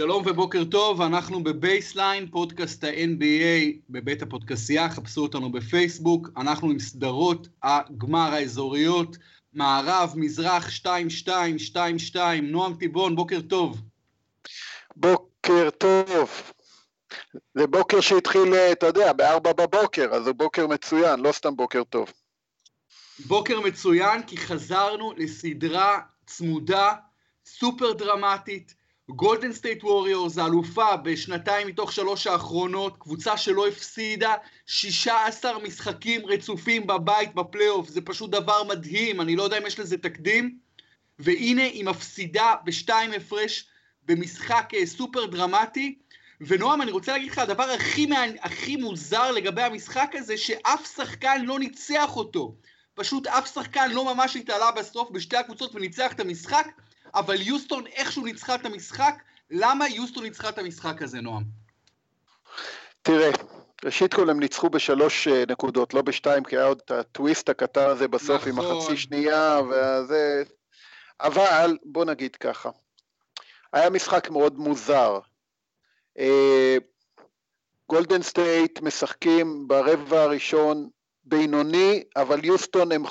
שלום ובוקר טוב, אנחנו בבייסליין, פודקאסט ה-NBA בבית הפודקאסייה, חפשו אותנו בפייסבוק, אנחנו עם סדרות הגמר האזוריות, מערב, מזרח, 2-2, נועם טיבון, בוקר טוב. בוקר טוב, זה בוקר שהתחיל, אתה יודע, ב-4 בבוקר, אז זה בוקר מצוין, לא סתם בוקר טוב. בוקר מצוין כי חזרנו לסדרה צמודה, סופר דרמטית, גולדן סטייט ווריורס, האלופה בשנתיים מתוך 3 האחרונות, קבוצה שלא הפסידה 16 משחקים רצופים בבית בפלייאוף, זה פשוט דבר מדהים, אני לא יודע אם יש לזה תקדים, והנה היא מפסידה ב2 הפרש במשחק סופר דרמטי, ונועם אני רוצה להגיד לך, הדבר הכי מוזר לגבי המשחק הזה, שאף שחקן לא ניצח אותו, פשוט אף שחקן לא ממש התעלה בסוף בשתי הקבוצות וניצח את המשחק, אבל יוסטון איכשהו ניצחה את המשחק. למה יוסטון ניצחה את המשחק הזה, נועם? תראה, ראשית כל הם ניצחו ב3 נקודות, לא ב2, כי היה עוד את הטוויסט הקטן הזה בסוף עם החצי שנייה, וזה... אבל בוא נגיד ככה, היה משחק מאוד מוזר. גולדן סטייט משחקים ברבע הראשון בינוני, אבל יוסטון הם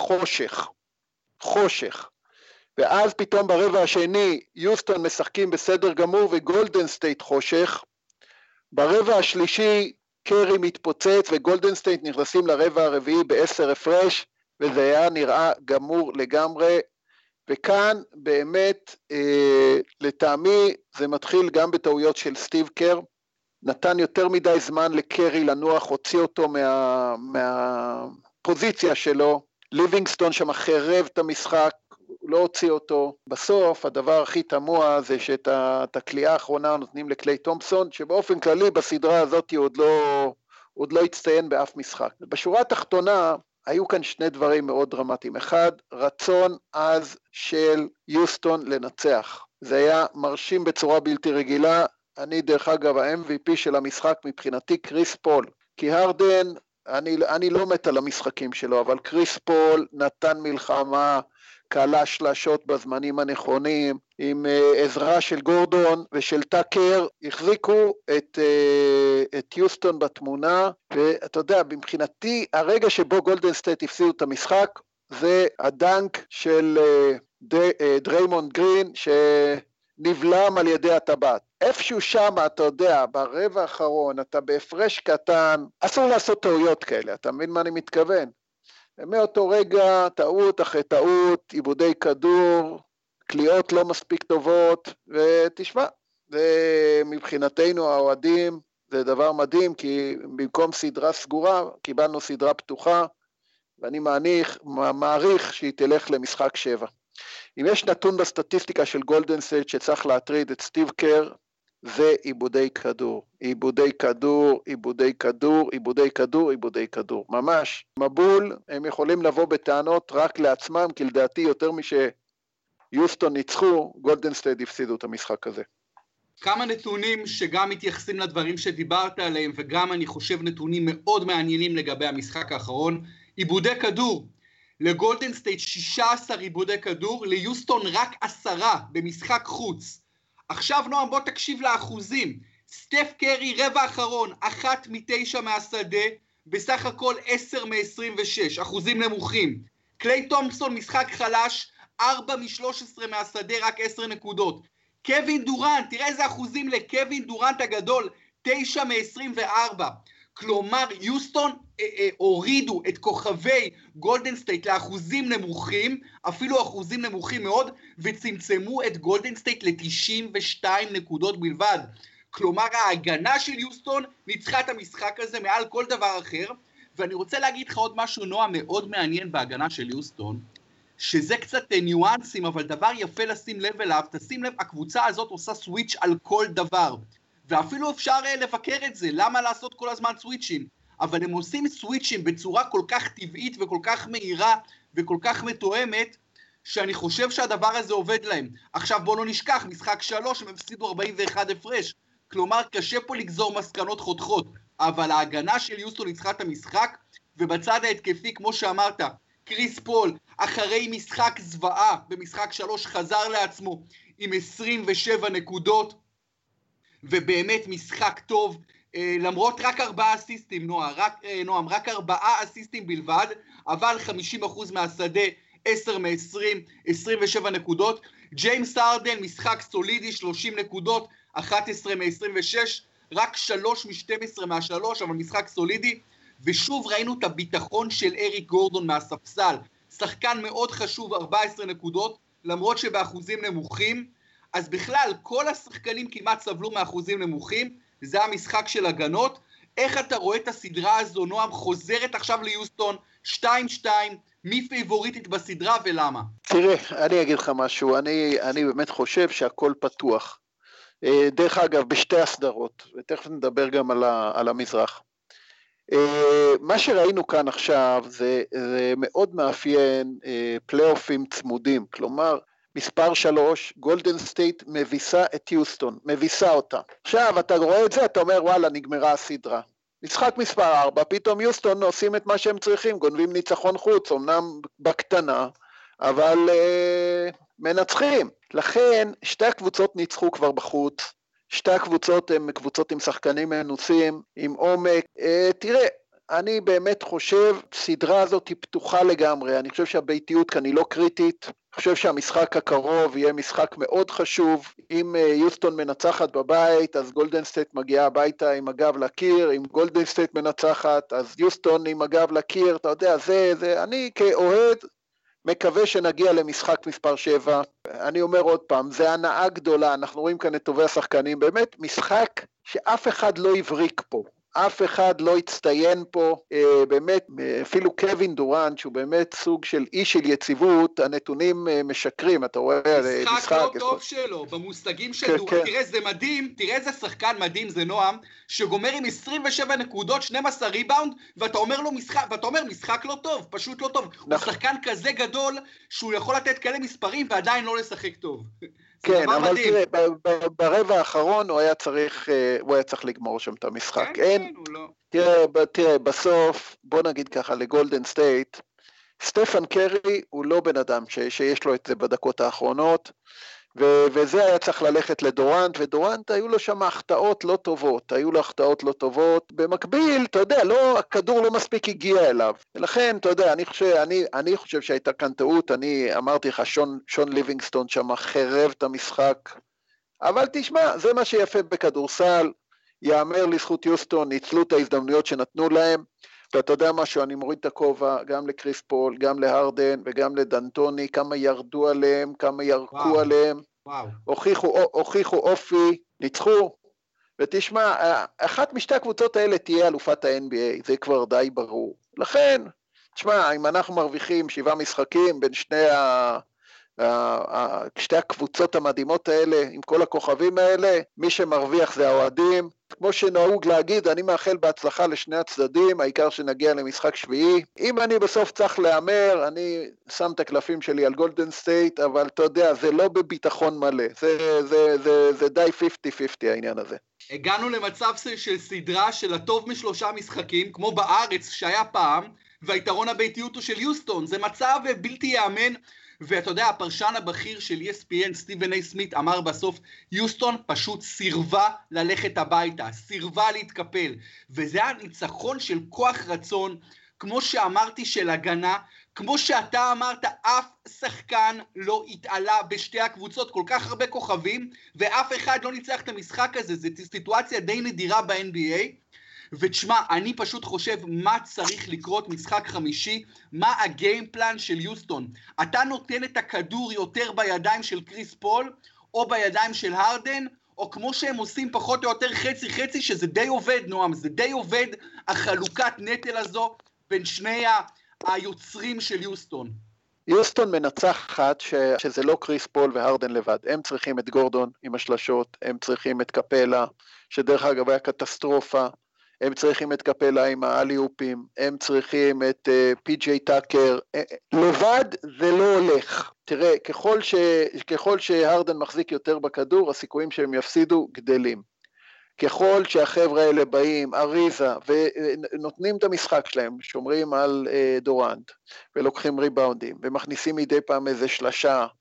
חושך. ואז פתאום ברבע השני יוסטון משחקים בסדר גמור וגולדן סטייט חושך. ברבע השלישי קרי מתפוצץ וגולדן סטייט נכנסים לרבע הרביעי ב10 הפרש, וזה היה נראה גמור לגמרי. וכאן באמת לטעמי זה מתחיל גם בטעויות של סטיב קר, נתן יותר מדי זמן לקרי לנוח, הוציא אותו מהפוזיציה שלו, ליבינגסטון שם חרב את המשחק, לא הוציא אותו. בסוף הדבר הכי תמוה זה שאת הקליעה האחרונה נותנים לקליי תומפסון, שבאופן כללי בסדרה הזאת עוד לא הצטיין באף משחק. בשורה התחתונה היו כאן 2 דברים מאוד דרמטיים. אחד, רצון עז של יוסטון לנצח. זה היה מרשים בצורה בלתי רגילה. אני דרך אגב ה-MVP של המשחק מבחינתי קריס פול, כי הרדן, אני לא מת על המשחקים שלו, אבל קריס פול נתן מלחמה, קלה שלשות בזמנים הנכונים, עם עזרה של גורדון ושל טאקר, החזיקו את יוסטון בתמונה, ואתה יודע, מבחינתי, הרגע שבו גולדן סטייט הפסידו את המשחק, זה הדנק של דריימונד גרין, שנבלם על ידי הטבעת. איפשהו שם, אתה יודע, ברבע האחרון, אתה בהפרש קטן, אסור לעשות טעויות כאלה, אתה מבין מה אני מתכוון? ומאותו רגע, טעות אחרי טעות, עיבודי כדור, קליעות לא מספיק טובות, ותשמע, זה מבחינתנו האוהדים, זה דבר מדהים, כי במקום סדרה סגורה, קיבלנו סדרה פתוחה, ואני מעריך שהיא תלך למשחק 7. אם יש נתון בסטטיסטיקה של גולדן סטייט שצריך להטריד את סטיב קר, זה עיבודי כדור, ממש. מבול, הם יכולים לבוא בטענות רק לעצמם, כי לדעתי יותר משיוסטון ניצחו, גולדן סטייט הפסידו את המשחק הזה. כמה נתונים שגם מתייחסים לדברים שדיברת עליהם, וגם אני חושב נתונים מאוד מעניינים לגבי המשחק האחרון. עיבודי כדור, לגולדן סטייט 16 עיבודי כדור, ליוסטון רק 10 במשחק חוץ. עכשיו נועם בוא תקשיב לאחוזים, סטף קרי רבע אחרון 1 מ-9 מהשדה, בסך הכל 10 מ-26, אחוזים נמוכים. קליי תומפסון משחק חלש 4 מ-13 מהשדה, רק 10 נקודות. קווין דורנט, תראה איזה אחוזים לקווין דורנט הגדול, 9 מ-24. כלומר יוסטון הורידו את כוכבי גולדן סטייט לאחוזים נמוכים, אפילו אחוזים נמוכים מאוד, וצמצמו את גולדן סטייט ל-92 נקודות בלבד. כלומר ההגנה של יוסטון ניצחה את המשחק הזה מעל כל דבר אחר. ואני רוצה להגיד לך עוד משהו נועם מאוד מעניין בהגנה של יוסטון, שזה קצת ניואנסים, אבל דבר יפה לשים לב אליו. תשים לב, הקבוצה הזאת עושה סוויץ' על כל דבר, ואפילו אפשר לבקר את זה, למה לעשות כל הזמן סוויצ'ים? אבל הם עושים סוויצ'ים בצורה כל כך טבעית וכל כך מהירה וכל כך מתואמת, שאני חושב שהדבר הזה עובד להם. עכשיו בוא לא נשכח, משחק 3 הם הפסידו 41 הפרש, כלומר קשה פה לגזור מסקנות חותכות, אבל ההגנה של יוסטון ניצחה את המשחק, ובצד ההתקפי כמו שאמרת, קריס פול אחרי משחק זוועה במשחק 3 חזר לעצמו עם 27 נקודות, ובאמת משחק טוב, למרות רק 4 אסיסטים, נועם, רק 4 אסיסטים בלבד, אבל 50% מהשדה, 10 מ-20, 27 נקודות. ג'יימס הרדן, משחק סולידי, 30 נקודות, 11 מ-26, רק 3 מ-12 מה-3, אבל משחק סולידי. ושוב ראינו את הביטחון של אריק גורדון מהספסל, שחקן מאוד חשוב, 14 נקודות, למרות שבאחוזים נמוכים. אז בכלל, כל השחקנים כמעט סבלו מאחוזים נמוכים, זה המשחק של הגנות. איך אתה רואה את הסדרה הזו, נועם, חוזרת עכשיו ליוסטון, 2-2, מי פייבוריטית בסדרה ולמה? תראה, אני אגיד לך משהו, אני באמת חושב שהכל פתוח. דרך אגב, בשתי הסדרות, ותכף נדבר גם על המזרח. מה שראינו כאן עכשיו זה מאוד מאפיין פלייאופים צמודים, כלומר, מספר 3, גולדן סטייט מביסה את יוסטון, מביסה אותה. עכשיו, אתה רואה את זה, אתה אומר, וואלה, נגמרה הסדרה. משחק מספר 4, פתאום יוסטון עושים את מה שהם צריכים, גונבים ניצחון חוץ, אמנם בקטנה, אבל מנצחים. לכן, שתי הקבוצות ניצחו כבר בחוץ, שתי הקבוצות הן קבוצות עם שחקנים מנוסים, עם עומק. תראה, אני באמת חושב, סדרה הזאת היא פתוחה לגמרי, אני חושב שהביתיות כאן היא לא קריטית, אני חושב שהמשחק הקרוב יהיה משחק מאוד חשוב, אם יוסטון מנצחת בבית, אז גולדן סטייט מגיעה הביתה עם הגב לקיר, אם גולדן סטייט מנצחת, אז יוסטון עם הגב לקיר, אתה יודע, אני כאוהד, מקווה שנגיע למשחק מספר 7, אני אומר עוד פעם, זה הנאה גדולה, אנחנו רואים כאן את טובי השחקנים, באמת משחק שאף אחד לא הבריק פה, אף אחד לא הצטיין פה, באמת, אפילו קווין דורנט, שהוא באמת סוג של איש של יציבות, הנתונים משקרים, אתה רואה, משחק לא טוב שלו, במושגים של דורנט, תראה, זה מדהים, תראה איזה שחקן מדהים זה נועם, שגומר עם 27 נקודות, 12 ריבאונד, ואתה אומר משחק לא טוב, פשוט לא טוב, הוא שחקן כזה גדול, שהוא יכול לתת כאלה מספרים, ועדיין לא לשחק טוב. כן, אבל תראה, ברבע האחרון הוא היה צריך לגמור שם את המשחק. כן, הוא לא. תראה, בסוף, בוא נגיד ככה, לגולדן סטייט, סטפן קרי הוא לא בן אדם שיש לו את זה בדקות האחרונות, וזה היה צריך ללכת לדורנט, ודורנט היו לו שם החטאות לא טובות, במקביל, אתה יודע, הכדור לא מספיק הגיע אליו, ולכן, אתה יודע, אני חושב שהייתה כאן טעות, אני אמרתי לך, שון ליבינגסטון שם חרב את המשחק, אבל תשמע, זה מה שיפה בכדורסל, יאמר לזכות יוסטון, ניצלו את ההזדמנויות שנתנו להם, ואתה יודע משהו, אני מוריד את הכובע גם לקריס פול, גם להרדן וגם לדנטוני, כמה ירדו עליהם, כמה ירקו עליהם, הוכיחו אופי, ניצחו, ותשמע, אחת משתי הקבוצות האלה תהיה אלופת ה-NBA, זה כבר די ברור. לכן, תשמע, אם אנחנו מרוויחים 7 משחקים בין שתי הקבוצות המדהימות האלה, עם כל הכוכבים האלה, מי שמרוויח זה האוהדים, כמו שנהוג להגיד, אני מאחל בהצלחה לשני הצדדים, העיקר שנגיע למשחק שביעי, אם אני בסוף צריך להיאמר, אני שם את הקלפים שלי על גולדן סטייט, אבל אתה יודע, זה לא בביטחון מלא, זה די 50-50 העניין הזה. הגענו למצב של סדרה של הטוב מ3 משחקים, כמו בארץ שהיה פעם, והיתרון הביתיות הוא של יוסטון, זה מצב בלתי יאמן, ואתה יודע, הפרשן הבכיר של ESPN, סטיבן איי סמית, אמר בסוף, יוסטון פשוט סירבה ללכת הביתה, סירבה להתקפל, וזה הניצחון של כוח רצון, כמו שאמרתי, של הגנה, כמו שאתה אמרת, אף שחקן לא התעלה בשתי הקבוצות, כל כך הרבה כוכבים, ואף אחד לא ניצח את המשחק הזה, זו סיטואציה די נדירה ב-NBA, ותשמע, אני פשוט חושב מה צריך לקרות משחק חמישי, מה הגיימפלן של יוסטון. אתה נותן את הכדור יותר בידיים של קריס פול, או בידיים של הרדן, או כמו שהם עושים פחות או יותר חצי-חצי, שזה די עובד, נועם, זה די עובד החלוקת נטל הזו בין שני היוצרים של יוסטון. יוסטון מנצחת שזה לא קריס פול והרדן לבד, הם צריכים את גורדון עם השלשות, הם צריכים את קפלה, שדרך אגב היה קטסטרופה, הם צריכים את קפלה עם האליופים, הם צריכים את פי.ג'יי טאקר, לבד זה לא הולך. תראה, ככל שהרדן מחזיק יותר בכדור, הסיכויים שהם יפסידו גדלים. ככל שהחבר'ה האלה באים, אריזה, ונותנים את המשחק שלהם, שומרים על דורנט, ולוקחים ריבאונדים, ומכניסים מדי פעם איזה שלשה,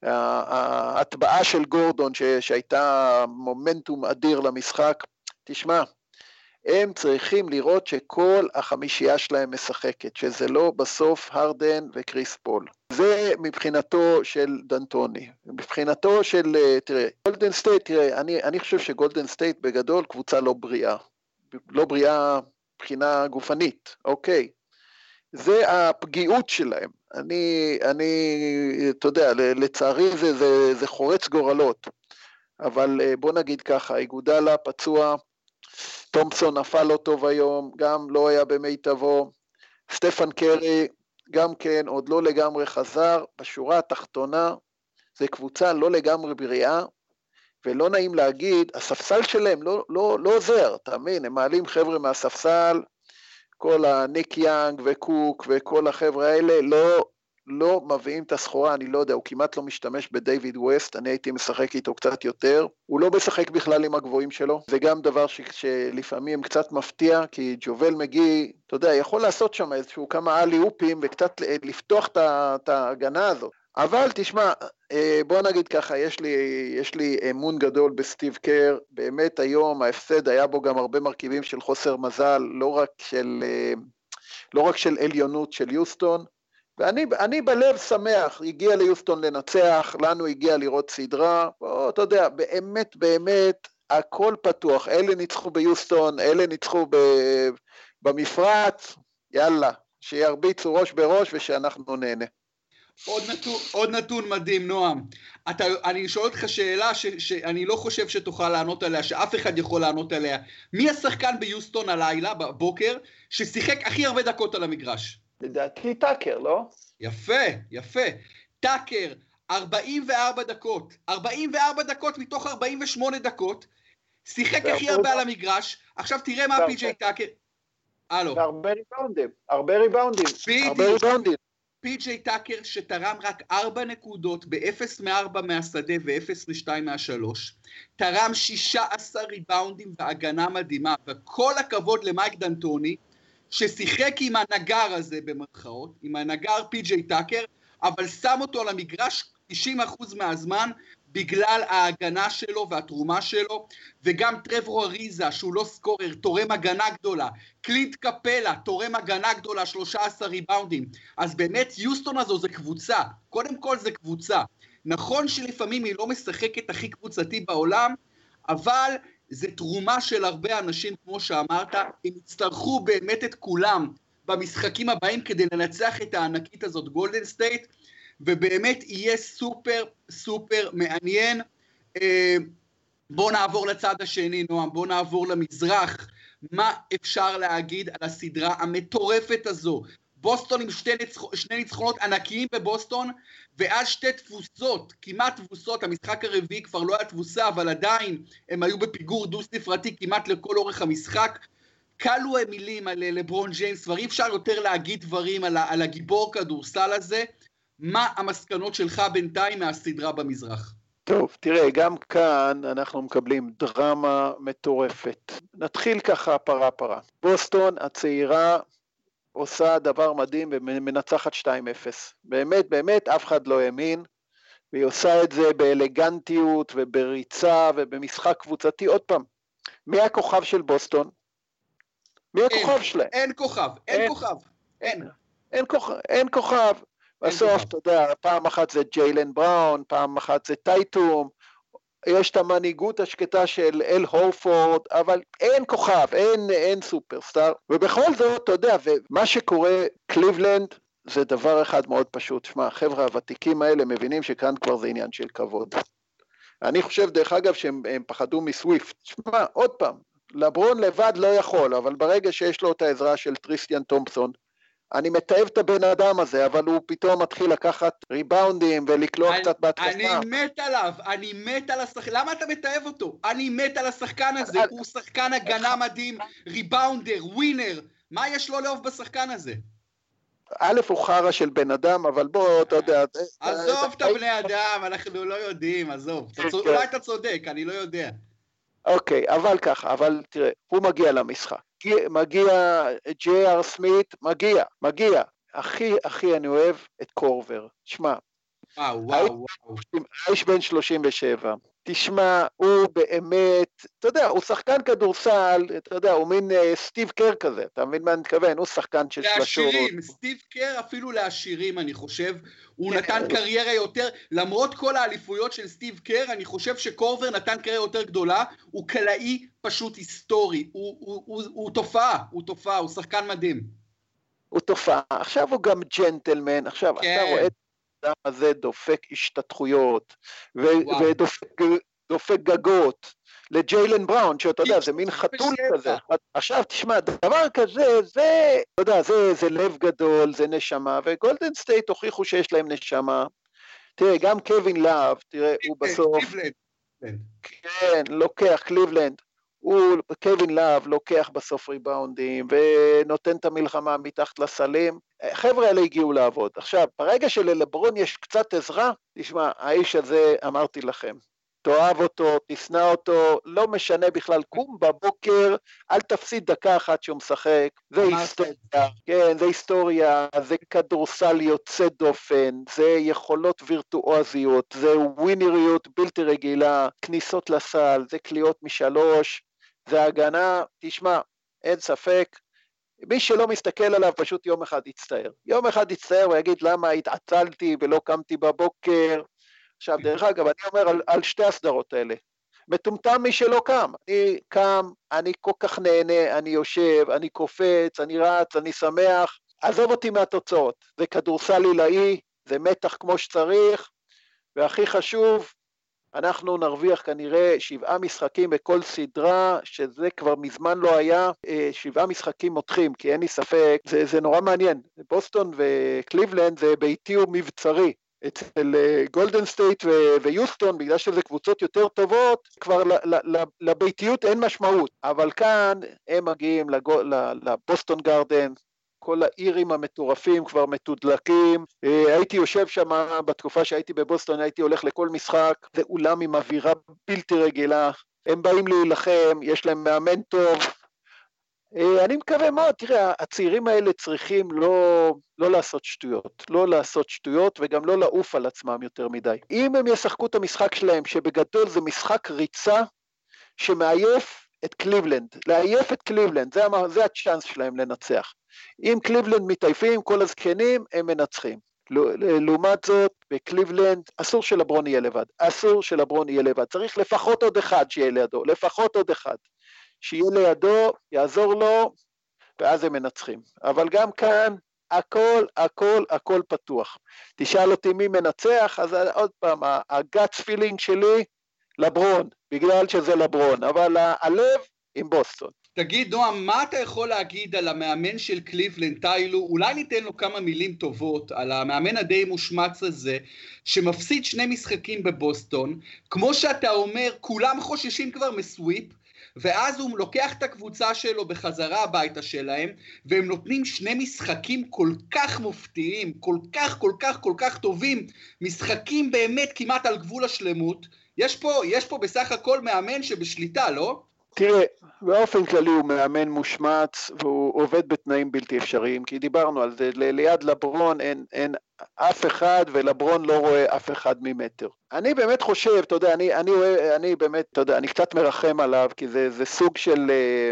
ההטבעה של גורדון שהייתה מומנטום אדיר למשחק, תשמע, הם צריכים לראות שכל החמישייה שלהם משחקת, שזה לא בסוף הרדן וקריס פול. זה מבחינתו של דנטוני. מבחינתו של, תראה, גולדן סטייט, תראה, אני חושב שגולדן סטייט בגדול קבוצה לא בריאה. לא בריאה מבחינה גופנית, אוקיי. זה הפגיעות שלהם. אתה יודע, לצערי זה חורץ גורלות. אבל בוא נגיד ככה, איגודלה פצוע, תומפסון נפל לא טוב היום, גם לא היה במיטבו, סטפן קרי גם כן עוד לא לגמרי חזר, בשורה התחתונה זה קבוצה לא לגמרי בריאה, ולא נעים להגיד, הספסל שלהם לא עוזר, תאמין, הם מעלים חבר'ה מהספסל, כל הניק יאנג וקוק וכל החבר'ה האלה לא מביאים את הסחורה, אני לא יודע, הוא כמעט לא משתמש בדייוויד ווסט, אני הייתי משחק איתו קצת יותר, הוא לא משחק בכלל עם הגבוהים שלו, זה גם דבר שלפעמים קצת מפתיע, כי ג'ובל מגי, אתה יודע, יכול לעשות שם איזשהו כמה אלי-אופים, וקצת לפתוח את ההגנה הזאת, אבל תשמע, בוא נגיד ככה, יש לי אמון גדול בסטיב קר, באמת היום ההפסד היה בו גם הרבה מרכיבים של חוסר מזל, לא רק של עליונות של יוסטון, ואני בלב שמח, הגיע ליוסטון לנצח, לנו הגיע לראות סדרה, אתה יודע, באמת, הכל פתוח, אלה ניצחו ביוסטון, אלה ניצחו במפרץ, יאללה, שירביצו ראש בראש ושאנחנו נהנה. עוד נתון מדהים, נועם. אני שואל אותך שאלה שאני לא חושב שתוכל לענות עליה, שאף אחד יכול לענות עליה. מי השחקן ביוסטון הלילה, בבוקר, ששיחק הכי הרבה דקות על המגרש? לדעתי טאקר, לא? יפה. טאקר, 44 דקות מתוך 48 דקות, שיחק הכי הרבה על המגרש. עכשיו תראה מה פי.ג'יי טאקר. הרבה ריבאונדים. פי.ג'יי טאקר שתרם רק 4 נקודות ב-0 מ-4 מהשדה ו-0 מ-2 מה-3, תרם 16 ריבאונדים והגנה מדהימה, וכל הכבוד למייק דנטוני, ששיחק עם הנגר הזה במרכאות, עם הנגר פי.ג'יי טאקר, אבל שם אותו על המגרש 90% מהזמן, בגלל ההגנה שלו והתרומה שלו, וגם טרוור אריזה, שהוא לא סקורר, תורם הגנה גדולה, קלינט קפלה, תורם הגנה גדולה, 13 ריבאונדים, אז באמת יוסטון הזו זה קבוצה, קודם כל זה קבוצה, נכון שלפעמים היא לא משחקת הכי קבוצתי בעולם, אבל זה תרומה של הרבה אנשים, כמו שאמרת, הם יצטרכו באמת את כולם במשחקים הבאים, כדי לנצח את הענקית הזאת גולדן סטייט, ובאמת יהיה סופר מעניין. בוא נעבור לצד השני, נועם, בוא נעבור למזרח. מה אפשר להגיד על הסדרה המטורפת הזו? בוסטון עם שני ניצחונות ענקיים בבוסטון, ואז 2 תבוסות, כמעט תבוסות, המשחק הרביעי כבר לא היה תבוסה, אבל עדיין הם היו בפיגור דו ספרתי כמעט לכל אורך המשחק. קלו מילים על לברון ג'יימס, כבר אי אפשר יותר להגיד דברים על הגיבור כדורסל הזה. מה המסקנות שלך בינתיים מהסדרה במזרח? טוב, תראה, גם כאן אנחנו מקבלים דרמה מטורפת. נתחיל ככה פרה. בוסטון הצעירה עושה דבר מדהים ומנצחת 2-0. באמת, אף אחד לא האמין, והיא עושה את זה באלגנטיות ובריצה ובמשחק קבוצתי. עוד פעם, מי הכוכב של בוסטון? מי הכוכב שלהם? אין כוכב. בסוף, אתה יודע, פעם אחת זה ג'יילן בראון, פעם אחת זה טייטום, יש את המנהיגות השקטה של אל הורפורד, אבל אין כוכב, אין סופרסטאר, ובכל זאת, אתה יודע, ומה שקורה קליבלנד, זה דבר אחד מאוד פשוט. שמע, החבר'ה הוותיקים האלה מבינים שכאן כבר זה עניין של כבוד. אני חושב, דרך אגב, שהם פחדו מסוויפט. שמע, עוד פעם, לברון לבד לא יכול, אבל ברגע שיש לו את העזרה של טריסטיאן תומפסון, אני מתאהב את הבן אדם הזה, אבל הוא פתאום מתחיל לקחת ריבאונדים ולקלוע קצת בהתקפה. אני מת על השחקן, למה אתה מתאהב אותו? אני מת על השחקן הזה, הוא שחקן הגנה מדהים, ריבאונדר, ווינר, מה יש לו לאהוב בשחקן הזה? א' הוא חרא של בן אדם, אבל בוא, אתה יודע... עזוב את הבני אדם, אנחנו לא יודעים, עזוב. אולי אתה צודק, אני לא יודע. אוקיי, אבל ככה, אבל תראה, הוא מגיע למשחק. מגיע ג'יי.אר. סמית, מגיע. הכי אני אוהב את קורבר. שמע, וואו. האיש בן 37. תשמע, הוא באמת, אתה יודע, הוא שחקן כדורסל, אתה יודע, הוא מין סטיב קר כזה, אתה מבין מה אני מתכוון? הוא שחקן של שלשות. לעשירים, סטיב קר אפילו לעשירים, אני חושב, הוא נתן קריירה יותר, למרות כל האליפויות של סטיב קר, אני חושב שקורבר נתן קריירה יותר גדולה, הוא קלעי פשוט היסטורי, הוא תופעה, הוא שחקן מדהים. הוא תופעה, עכשיו הוא גם ג'נטלמן, עכשיו אתה רואה את האדם הזה דופק השתתחויות, ודופק גגות, לג'יילן בראון, שאתה יודע, זה מין חתול כזה. עכשיו תשמע, דבר כזה, זה, אתה יודע, זה לב גדול, זה נשמה, וגולדן סטייט הוכיחו שיש להם נשמה. תראה, גם קווין לאב, תראה, הוא בסוף, כן, לוקח קליבלנד, קווין לאב לוקח בסוף ריבאונדים, ונותן את המלחמה מתחת לסלים, חבר'ה האלה הגיעו לעבוד. עכשיו, ברגע שללברון יש קצת עזרה, תשמע, האיש הזה, אמרתי לכם, תאהב אותו, תשנא אותו, לא משנה בכלל, קום בבוקר, אל תפסיד דקה אחת שהוא משחק, זה היסטוריה, כן, זה היסטוריה, זה כדורסל יוצא דופן, זה יכולות וירטואוזיות, זה ווינריות בלתי רגילה, כניסות לסל, זה קליעות משלוש, זה הגנה, תשמע, אין ספק, מי שלא מסתכל עליו פשוט יום אחד יצטער. יום אחד יצטער ויגיד למה התעצלתי ולא קמתי בבוקר. עכשיו דרך אגב, אני אומר על שתי הסדרות האלה. מטומטם מי שלא קם. אני קם, אני כל כך נהנה, אני יושב, אני קופץ, אני רץ, אני שמח. עזוב אותי מהתוצאות. זה כדורסל עילאי, זה מתח כמו שצריך, והכי חשוב, אנחנו נרוויח כנראה 7 משחקים בכל סדרה, שזה כבר מזמן לא היה, 7 משחקים מותחים, כי אין לי ספק, זה נורא מעניין, בוסטון וקליבלנד זה ביתי ומבצרי, אצל גולדן סטייט ויוסטון, בגלל שזה קבוצות יותר טובות, כבר לביתיות אין משמעות, אבל כאן הם מגיעים לבוסטון גארדן, כל העירים המטורפים כבר מתודלקים, הייתי יושב שם בתקופה שהייתי בבוסטון, הייתי הולך לכל משחק, זה אולם עם אווירה בלתי רגילה, הם באים להילחם, יש להם מאמן טוב, אני מקווה מאוד, תראה, הצעירים האלה צריכים לא לעשות שטויות, לא לעשות שטויות וגם לא לעוף על עצמם יותר מדי. אם הם ישחקו את המשחק שלהם, שבגדול זה משחק ריצה, שמעייף את קליבלנד, לעייף את קליבלנד, זה הצ'אנס שלהם לנצח. אם קליבלנד מתעייפים, כל הזקנים, הם מנצחים. לעומת זאת, בקליבלנד, אסור שלברון יהיה לבד, צריך לפחות עוד אחד שיהיה לידו, לפחות עוד אחד, שיהיה לידו, יעזור לו, ואז הם מנצחים. אבל גם כאן, הכל פתוח. תשאל אותי מי מנצח, אז עוד פעם, הגאטס פילינג שלי, לברון, בגלל שזה לברון, אבל הלב עם בוסטון. תגיד נועם, מה אתה יכול להגיד על המאמן של קליבלנד, טיילו, אולי ניתן לו כמה מילים טובות, על המאמן הדי מושמץ הזה, שמפסיד 2 משחקים בבוסטון, כמו שאתה אומר, כולם חוששים כבר מסוויפ, ואז הוא לוקח את הקבוצה שלו בחזרה הביתה שלהם, והם נותנים 2 משחקים כל כך מופתיים, כל כך טובים, משחקים באמת כמעט על גבול השלמות, יש פה בסך הכל מאמן שבשליטה, לא? תראה, באופן כללי הוא מאמן מושמץ, והוא עובד בתנאים בלתי אפשריים, כי דיברנו על זה, ליד לברון אין אף אחד, ולברון לא רואה אף אחד ממטר. אני באמת חושב, אתה יודע, אני באמת, אתה יודע, אני קצת מרחם עליו, כי זה סוג של,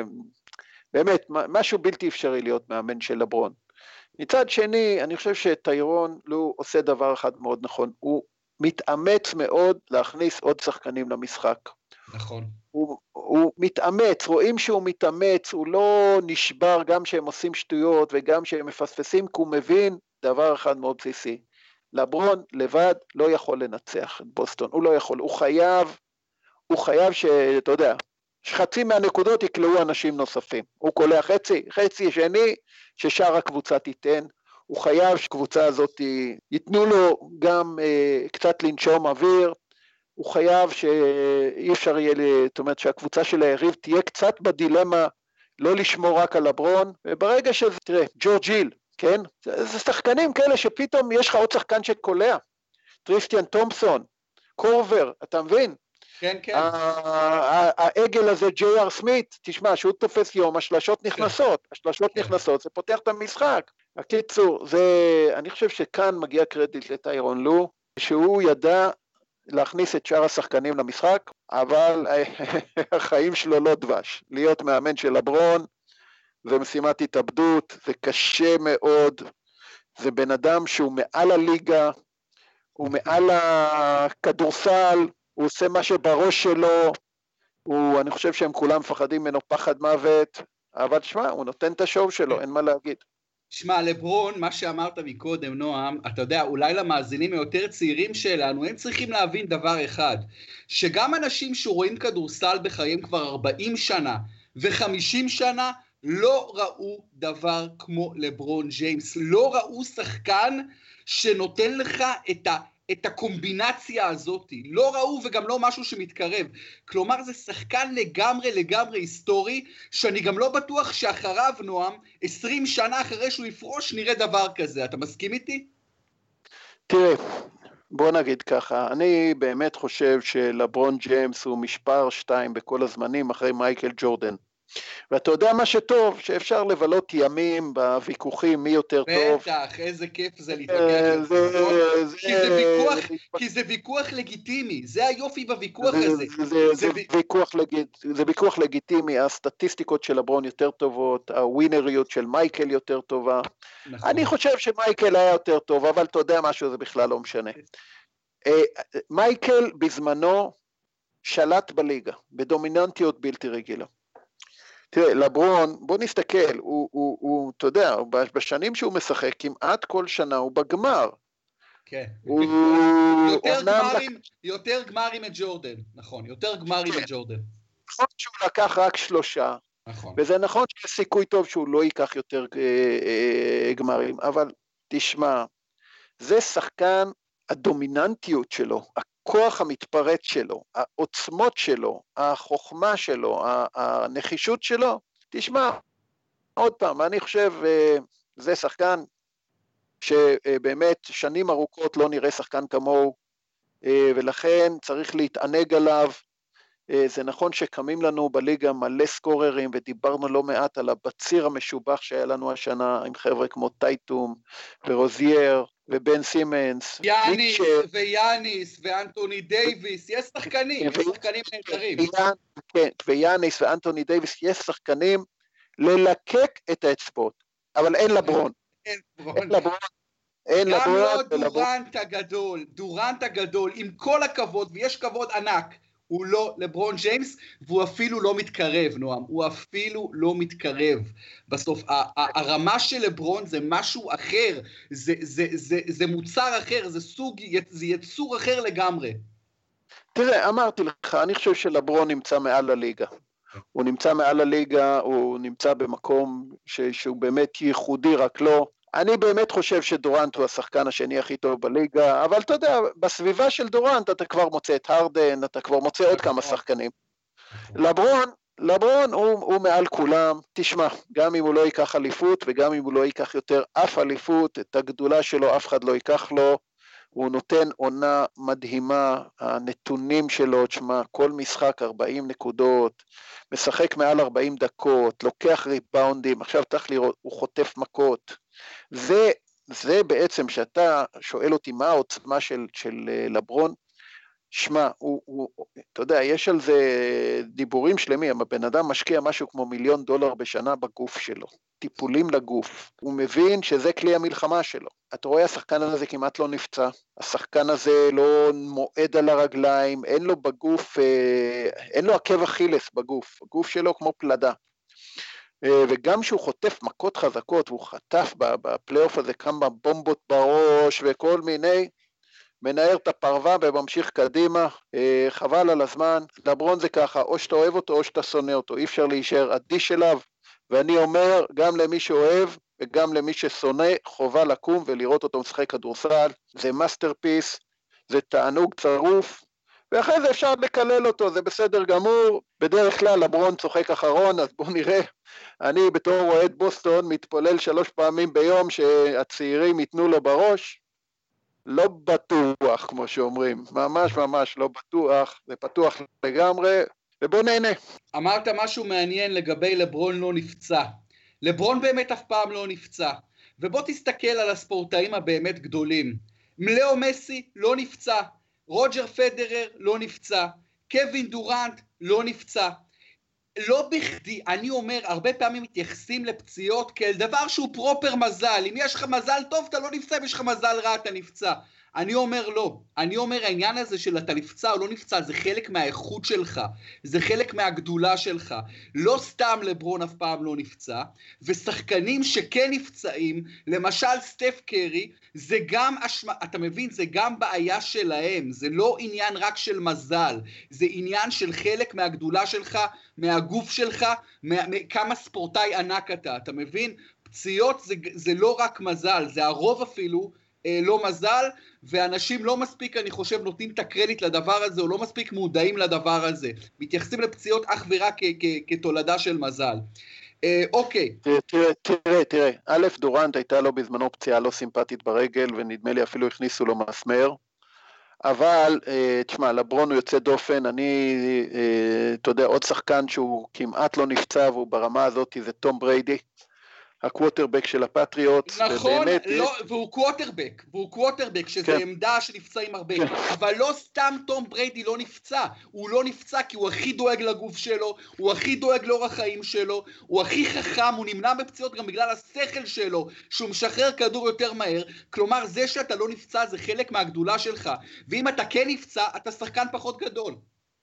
באמת, משהו בלתי אפשרי להיות מאמן של לברון. מצד שני, אני חושב שטיירון לא עושה דבר אחד מאוד נכון, הוא מתאמץ מאוד להכניס עוד שחקנים למשחק. נכון. הוא מתאמץ, רואים שהוא מתאמץ, הוא לא נשבר גם שהם עושים שטויות וגם שהם מפספסים, כי הוא מבין דבר אחד מאוד בסיסי. לברון לבד לא יכול לנצח את בוסטון, הוא לא יכול, הוא חייב שאתה יודע, חצי מהנקודות יקלעו אנשים נוספים, הוא קולע חצי שני ששאר הקבוצה תיתן, הוא חייב שקבוצה הזאת ייתנו לו גם קצת לנשום אוויר, הוא חייב שאי אפשר יהיה, זאת אומרת שהקבוצה של היריב תהיה קצת בדילמה, לא לשמור רק על לברון, וברגע שזה, תראה, ג'ורג' היל, כן? זה שחקנים כאלה שפתאום יש לך עוד שחקן שקולע, טריסטיאן תומפסון, קורבר, אתה מבין? כן, כן. העגל הזה, ג'יי.אר. סמית, תשמע, שהוא תופס יום, השלשות נכנסות, זה פותח את המשחק. הקיצור, אני חושב שכאן מגיע קרדיט לטיירון לו, שהוא ידע להכניס את שאר השחקנים למשחק, אבל החיים שלו לא דבש. להיות מאמן של לברון, זה משימת התאבדות, זה קשה מאוד, זה בן אדם שהוא מעל הליגה, הוא מעל הכדורסל, הוא עושה מה שבראש שלו, אני חושב שהם כולם מפחדים ממנו פחד מוות, אבל תשמע, הוא נותן את השואו שלו, אין מה להגיד. שמע, לברון, מה שאמרת מקודם, נועם, אתה יודע, אולי למאזינים היותר צעירים שלנו, הם צריכים להבין דבר אחד, שגם אנשים שרואים כדורסל בחיים כבר 40 שנה ו50 שנה, לא ראו דבר כמו לברון ג'יימס, לא ראו שחקן שנותן לך את הקומבינציה הזאת, לא ראו וגם לא משהו שמתקרב, כלומר זה שחקן לגמרי היסטורי, שאני גם לא בטוח שאחריו, נועם, 20 שנה אחרי שהוא יפרוש נראה דבר כזה, אתה מסכים איתי? תראה, בוא נגיד ככה, אני באמת חושב שלברון ג'יימס הוא מספר 2 בכל הזמנים אחרי מייקל ג'ורדן, ואתה יודע מה שטוב, שאפשר לבלות ימים בוויכוחים מי יותר טוב. בטח, איזה כיף זה להתווכח. כי זה ויכוח לגיטימי, זה היופי בוויכוח הזה. זה ויכוח לגיטימי, הסטטיסטיקות של לברון יותר טובות, הווינריות של מייקל יותר טובה. אני חושב שמייקל היה יותר טוב, אבל אתה יודע משהו, זה בכלל לא משנה. מייקל בזמנו שלט בליגה, בדומיננטיות בלתי רגילה. תראה, לברון, בוא נסתכל, אתה יודע, בשנים שהוא משחק, כמעט כל שנה הוא בגמר. כן. יותר גמרים את ג'ורדן, נכון, יותר גמרים את ג'ורדן. נכון שהוא לקח רק 3, נכון. וזה נכון שיש סיכוי טוב שהוא לא ייקח יותר גמרים, אבל תשמע, זה שחקן, הדומיננטיות שלו, הכוח המתפרץ שלו, העוצמות שלו, החוכמה שלו, הנחישות שלו, תשמע, עוד פעם, אני חושב, זה שחקן שבאמת שנים ארוכות לא נראה שחקן כמוהו, ולכן צריך להתענג עליו. זה נכון שקמים לנו בליגה מלא סקוררים, ודיברנו לא מעט על הבציר המשובח שהיה לנו השנה, עם חבר'ה כמו טייטום ורוזייר, ובן סימנס, ויאניס, ואנטוני דייביס, יש שחקנים נהדרים. כן, ויאניס ואנטוני דייביס, יש שחקנים ללקק את האצבעות, אבל אין לברון. גם לא דורנט הגדול, עם כל הכבוד, ויש כבוד ענק, הוא לא לברון ג'יימס, והוא אפילו לא מתקרב, נועם, הוא אפילו לא מתקרב. בסוף, הרמה של לברון זה משהו אחר, זה מוצר אחר, זה יצור אחר לגמרי. תראה, אמרתי לך, אני חושב שלברון נמצא מעל הליגה. הוא נמצא מעל הליגה, הוא נמצא במקום שהוא באמת ייחודי, רק לא. אני באמת חושב שדורנט הוא השחקן השני הכי טוב בליגה, אבל אתה יודע, בסביבה של דורנט אתה כבר מוצא את הרדן, אתה כבר מוצא עוד כמה שחקנים. לברון הוא מעל כולם, תשמע, גם אם הוא לא ייקח אליפות, וגם אם הוא לא ייקח יותר אף אליפות, את הגדולה שלו אף אחד לא ייקח לו, הוא נותן עונה מדהימה, הנתונים שלו, תשמע, כל משחק 40 נקודות, משחק מעל 40 דקות, לוקח ריבאונדים, עכשיו צריך לראות, הוא חוטף מכות, זה בעצם שאתה שואל אותי מה העוצמה של לברון, שמע, אתה יודע, יש על זה דיבורים שלמים, הבן אדם משקיע משהו כמו $1,000,000 בשנה בגוף שלו, טיפולים לגוף, הוא מבין שזה כלי המלחמה שלו, אתה רואה השחקן הזה כמעט לא נפצע, השחקן הזה לא מועד על הרגליים, אין לו בגוף, אין לו עקב אכילס בגוף, הגוף שלו כמו פלדה, וגם שהוא חוטף מכות חזקות, והוא חטף בפלייאוף הזה כמה בומבות בראש וכל מיני, מנער את הפרווה וממשיך קדימה, חבל על הזמן, לברון זה ככה, או שאתה אוהב אותו או שאתה שונא אותו, אי אפשר להישאר אדיש אליו, ואני אומר, גם למי שאוהב וגם למי ששונא, חובה לקום ולראות אותו משחק כדורסל, זה מאסטרפיס, זה תענוג צרוף, ואחרי זה אפשר לקלל אותו, זה בסדר גמור, בדרך כלל לברון צוחק אחרון, אז בואו נראה, אני בתור אוהד בוסטון מתפולל 3 פעמים ביום שהצעירים ייתנו לו בראש, לא בטוח, כמו שאומרים, ממש לא בטוח, זה פתוח לגמרי, ובוא נהנה. אמרת משהו מעניין לגבי לברון לא נפצע. לברון באמת אף פעם לא נפצע, ובוא תסתכל על הספורטאים הבאמת גדולים. לאו מסי לא נפצע, רוג'ר פדרר לא נפצע, קווין דורנט לא נפצע. לא בכדי, אני אומר, הרבה פעמים מתייחסים לפציעות כאל דבר שהוא פרופר מזל. אם יש לך מזל טוב, אתה לא נפצע, אם יש לך מזל רע, אתה נפצע. אני אומר לא. אני אומר, העניין הזה של אתה נפצע או לא נפצע, זה חלק מהאיכות שלך. זה חלק מהגדולה שלך. לא סתם לברון אף פעם לא נפצע, ושחקנים שכן נפצעים, למשל סטף קרי, זה גם, אתה מבין, זה גם בעיה שלהם. זה לא עניין רק של מזל. זה עניין של חלק מהגדולה שלך, מהגוף שלך, כמה ספורטאי ענק אתה מבין? פציעות זה לא רק מזל, זה הרוב אפילו לא מזל, ואנשים לא מספיק, אני חושב, נותנים את הקרדיט לדבר הזה, או לא מספיק מודעים לדבר הזה. מתייחסים לפציעות אך ורק כתולדה של מזל. אוקיי. תראה, א', דורנט הייתה לו בזמנו פציעה לא סימפטית ברגל, ונדמה לי אפילו הכניסו לו מסמר. אבל, תשמע, לברון הוא יוצא דופן, אתה יודע, עוד שחקן שהוא כמעט לא נפצע, והוא ברמה הזאת, זה תום בריידי, הקווטרבק של הפטריוט. נכון, לא, והוא קווטרבק, שזה עמדה שנפצעים הרבה, אבל לא סתם תום בריידי לא נפצע, הוא לא נפצע כי הוא הכי דואג לגוף שלו, הוא הכי דואג לאורח החיים שלו, הוא הכי חכם, הוא נמנע בפציעות גם בגלל השכל שלו, שהוא משחרר כדור יותר מהר, כלומר זה שאתה לא נפצע זה חלק מהגדולה שלך, ואם אתה כן נפצע, אתה שחקן פחות גדול.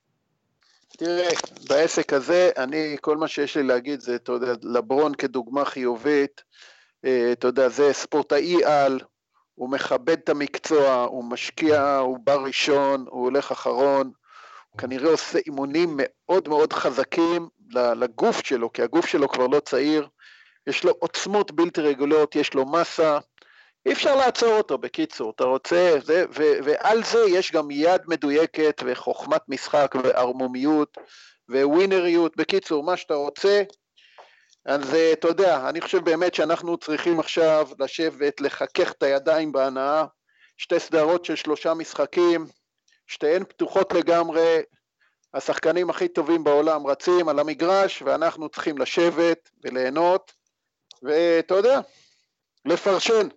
תראה, בעסק הזה, כל מה שיש לי להגיד זה, אתה יודע, לברון כדוגמה חיובית, אתה יודע, זה ספורטאי על, הוא מכבד את המקצוע, הוא משקיע, הוא בא ראשון, הוא הולך אחרון, הוא כנראה עושה אימונים מאוד מאוד חזקים לגוף שלו, כי הגוף שלו כבר לא צעיר, יש לו עוצמות בלתי רגולות, יש לו מסה, אי אפשר לעצור אותו בקיצור, אתה רוצה, ועל זה יש גם יד מדויקת וחוכמת משחק וערמומיות וווינריות, בקיצור, מה שאתה רוצה. אז אתה יודע, אני חושב באמת שאנחנו צריכים עכשיו לשבת, לחכך את הידיים בהנאה, 2 סדרות של 3 משחקים, שתיהן פתוחות לגמרי, השחקנים הכי טובים בעולם רצים על המגרש, ואנחנו צריכים לשבת וליהנות, ואתה יודע, לפרשן.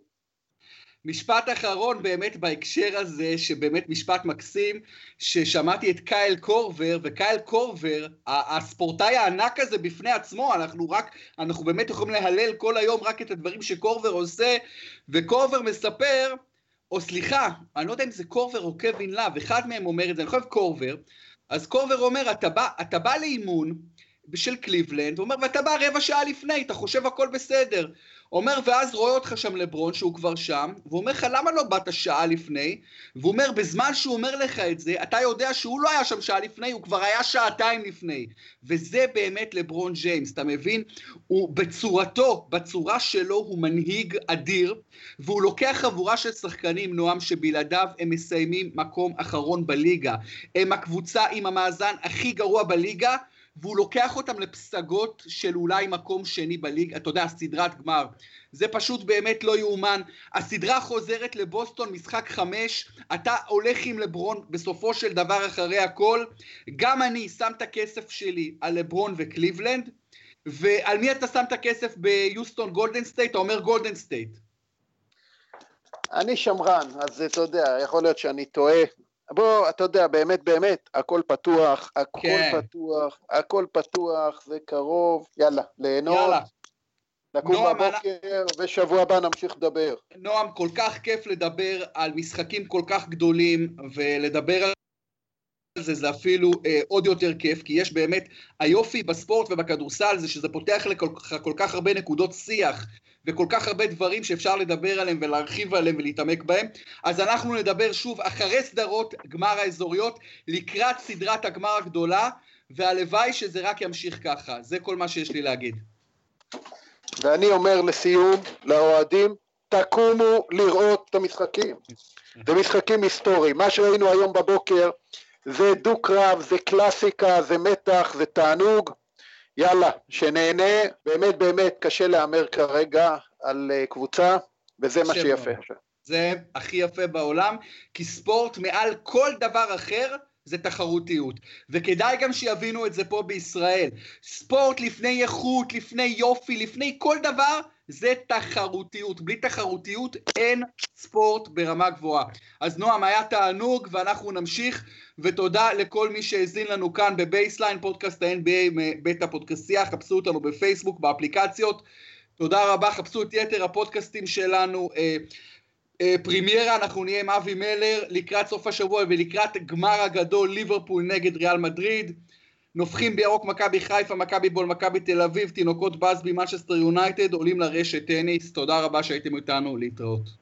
משפט אחרון באמת בהקשר הזה, שבאמת משפט מקסים, ששמעתי את קייל קורבר, וקייל קורבר, הספורטאי הענק הזה בפני עצמו, אנחנו באמת יכולים להלל כל היום רק את הדברים שקורבר עושה, וקורבר מספר, או סליחה, אני לא יודע אם זה קורבר או קווין לאב, אחד מהם אומר את זה, אני חושב קורבר, אז קורבר אומר, אתה בא לאימון של קליבלנד, הוא אומר, ואתה בא רבע שעה לפני, אתה חושב הכל בסדר, אומר, ואז רואה אותך שם לברון, שהוא כבר שם, והוא אומר לך, למה לא באת שעה לפני? והוא אומר, בזמן שהוא אומר לך את זה, אתה יודע שהוא לא היה שם שעה לפני, הוא כבר היה שעתיים לפני. וזה באמת לברון ג'יימס, אתה מבין? הוא בצורה שלו, הוא מנהיג אדיר, והוא לוקח חבורה של שחקנים, נועם, שבלעדיו הם מסיימים מקום אחרון בליגה. הם הקבוצה עם המאזן הכי גרוע בליגה, והוא לוקח אותם לפסגות של אולי מקום שני בליגה, אתה יודע, סדרת גמר, זה פשוט באמת לא יאומן, הסדרה חוזרת לבוסטון, משחק 5, אתה הולך עם לברון בסופו של דבר אחרי הכל, גם אני שם את הכסף שלי על לברון וקליבלנד, ועל מי אתה שם את הכסף ביוסטון גולדן סטייט, אתה אומר גולדן סטייט? אני שמרן, אז אתה יודע, יכול להיות שאני טועה, בוא, אתה יודע, באמת, הכל פתוח, הכל פתוח, זה קרוב, יאללה, ליהנות, לקום בבוקר, ושבוע הבא נמשיך לדבר. נועם, כל כך כיף לדבר על משחקים כל כך גדולים, ולדבר על זה אפילו עוד יותר כיף, כי יש באמת היופי בספורט ובכדורסל, זה שזה פותח כל כך הרבה נקודות שיח, וכל כך הרבה דברים שאפשר לדבר עליהם ולהרחיב עליהם ולהתעמק בהם. אז אנחנו נדבר שוב אחרי סדרות גמר האזוריות, לקראת סדרת הגמר הגדולה, והלוואי שזה רק ימשיך ככה. זה כל מה שיש לי להגיד. ואני אומר לסיום, לאוהדים, תקומו לראות את המשחקים. זה משחקים היסטוריים. מה שראינו היום בבוקר, זה דו-קרב, זה קלאסיקה, זה מתח, זה תענוג. יאללה, שנהנה, באמת קשה לאמר כרגע על קבוצה, וזה מה שיפה. זה הכי יפה בעולם, כי ספורט מעל כל דבר אחר זה תחרותיות, וכדאי גם שיבינו את זה פה בישראל. ספורט לפני איכות, לפני יופי, לפני כל דבר, זה תחרותיות, בלי תחרותיות אין ספורט ברמה גבוהה. אז נועם, היה תענוג ואנחנו נמשיך, ותודה לכל מי שהזין לנו כאן בבייסליין, פודקאסט ה-NBA מבית הפודקאסיה, חפשו אותנו בפייסבוק, באפליקציות, תודה רבה, חפשו את יתר הפודקאסטים שלנו, פרימיירה, אנחנו נהיה עם אבי מלר, לקראת סוף השבוע ולקראת גמר הגדול, ליברפול נגד ריאל מדריד, נופחים בירוק מכבי חיפה, מכבי בול, מכבי תל אביב, תינוקות בסבי, מנצ'סטר יונייטד, עולים לרשת טניס, תודה רבה שהייתם איתנו, להתראות.